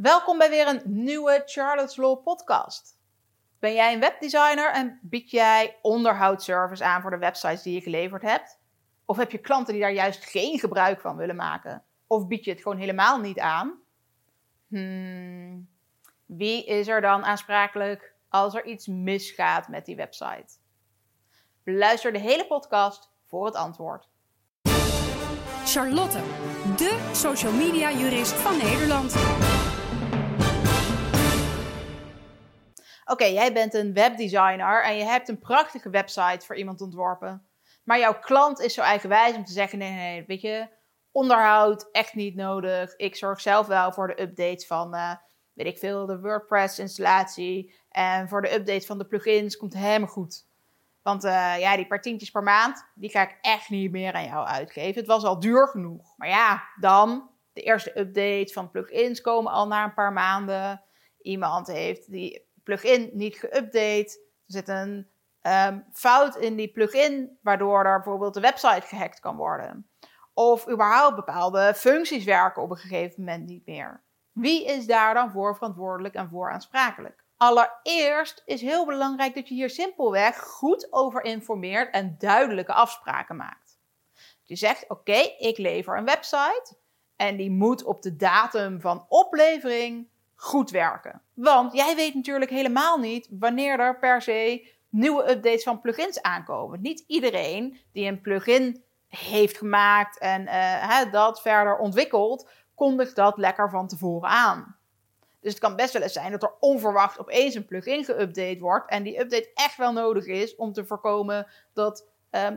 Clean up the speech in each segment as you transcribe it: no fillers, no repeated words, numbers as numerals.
Welkom bij weer een nieuwe Charlotte's Law podcast. Ben jij een webdesigner en bied jij onderhoudsservice aan voor de websites die je geleverd hebt? Of heb je klanten die daar juist geen gebruik van willen maken? Of bied je het gewoon helemaal niet aan? Wie is er dan aansprakelijk als er iets misgaat met die website? Luister de hele podcast voor het antwoord. Charlotte, de social media jurist van Nederland. Oké, jij bent een webdesigner en je hebt een prachtige website voor iemand ontworpen. Maar jouw klant is zo eigenwijs om te zeggen, nee, weet je, onderhoud echt niet nodig. Ik zorg zelf wel voor de updates van, weet ik veel, de WordPress installatie. En voor de updates van de plugins komt het helemaal goed. Want die paar tientjes per maand, die ga ik echt niet meer aan jou uitgeven. Het was al duur genoeg. Maar ja, dan, de eerste updates van plugins komen al na een paar maanden. Iemand heeft die plugin niet geüpdate. Er zit een fout in die plugin, waardoor er bijvoorbeeld de website gehackt kan worden. Of überhaupt bepaalde functies werken op een gegeven moment niet meer. Wie is daar dan voor verantwoordelijk en voor aansprakelijk? Allereerst is heel belangrijk dat je hier simpelweg goed over informeert en duidelijke afspraken maakt. Je zegt, oké, ik lever een website en die moet op de datum van oplevering goed werken. Want jij weet natuurlijk helemaal niet wanneer er per se nieuwe updates van plugins aankomen. Niet iedereen die een plugin heeft gemaakt en dat verder ontwikkelt, kondigt dat lekker van tevoren aan. Dus het kan best wel eens zijn dat er onverwacht opeens een plugin geüpdate wordt en die update echt wel nodig is om te voorkomen dat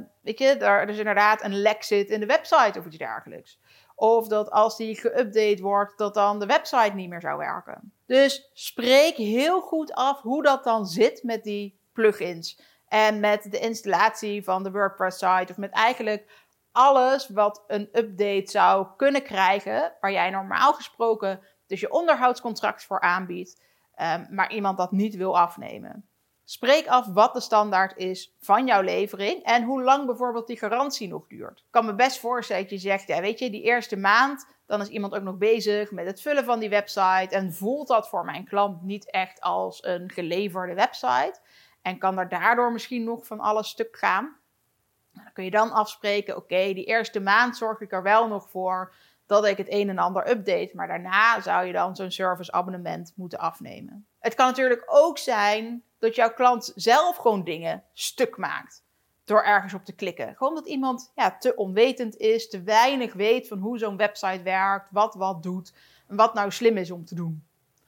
er dus inderdaad een lek zit in de website of iets dergelijks. Of dat als die geüpdate wordt, dat dan de website niet meer zou werken. Dus spreek heel goed af hoe dat dan zit met die plugins. En met de installatie van de WordPress site. Of met eigenlijk alles wat een update zou kunnen krijgen. Waar jij normaal gesproken dus je onderhoudscontract voor aanbiedt. Maar iemand dat niet wil afnemen. Spreek af wat de standaard is van jouw levering en hoe lang bijvoorbeeld die garantie nog duurt. Ik kan me best voorstellen dat je zegt, ja, weet je, die eerste maand, dan is iemand ook nog bezig met het vullen van die website en voelt dat voor mijn klant niet echt als een geleverde website en kan er daardoor misschien nog van alles stuk gaan. Dan kun je dan afspreken, oké, die eerste maand zorg ik er wel nog voor dat ik het een en ander update, maar daarna zou je dan zo'n serviceabonnement moeten afnemen. Het kan natuurlijk ook zijn dat jouw klant zelf gewoon dingen stuk maakt door ergens op te klikken. Gewoon dat iemand te onwetend is, te weinig weet van hoe zo'n website werkt, wat doet en wat nou slim is om te doen.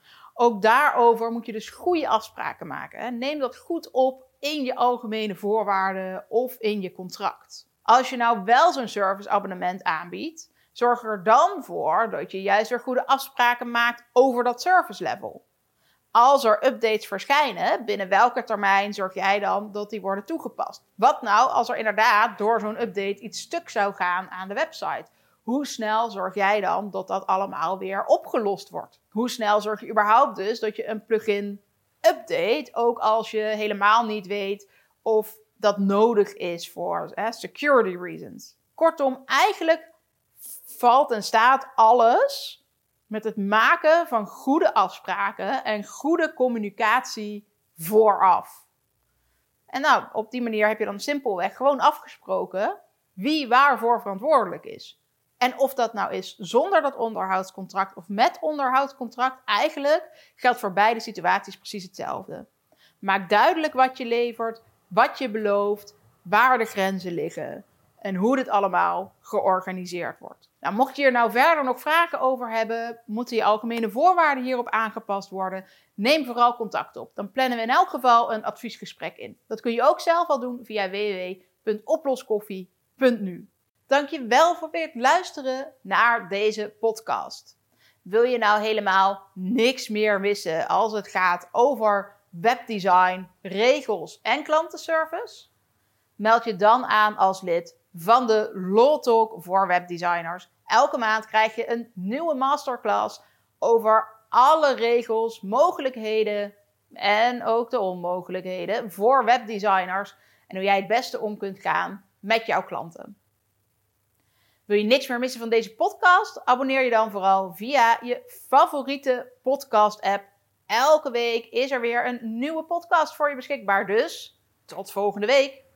Ook daarover moet je dus goede afspraken maken. Hè? Neem dat goed op in je algemene voorwaarden of in je contract. Als je nou wel zo'n serviceabonnement aanbiedt, zorg er dan voor dat je juist weer goede afspraken maakt over dat service level. Als er updates verschijnen, binnen welke termijn zorg jij dan dat die worden toegepast? Wat nou als er inderdaad door zo'n update iets stuk zou gaan aan de website? Hoe snel zorg jij dan dat dat allemaal weer opgelost wordt? Hoe snel zorg je überhaupt dus dat je een plugin update, ook als je helemaal niet weet of dat nodig is voor security reasons? Kortom, eigenlijk valt en staat alles met het maken van goede afspraken en goede communicatie vooraf. En nou, op die manier heb je dan simpelweg gewoon afgesproken wie waarvoor verantwoordelijk is. En of dat nou is zonder dat onderhoudscontract of met onderhoudscontract, eigenlijk geldt voor beide situaties precies hetzelfde. Maak duidelijk wat je levert, wat je belooft, waar de grenzen liggen en hoe dit allemaal georganiseerd wordt. Nou, mocht je hier nou verder nog vragen over hebben, moeten je algemene voorwaarden hierop aangepast worden, neem vooral contact op. Dan plannen we in elk geval een adviesgesprek in. Dat kun je ook zelf al doen via www.oploskoffie.nu. Dank je wel voor weer het luisteren naar deze podcast. Wil je nou helemaal niks meer missen als het gaat over webdesign, regels en klantenservice? Meld je dan aan als lid van de Law Talk voor webdesigners. Elke maand krijg je een nieuwe masterclass over alle regels, mogelijkheden en ook de onmogelijkheden voor webdesigners en hoe jij het beste om kunt gaan met jouw klanten. Wil je niks meer missen van deze podcast? Abonneer je dan vooral via je favoriete podcast-app. Elke week is er weer een nieuwe podcast voor je beschikbaar. Dus tot volgende week.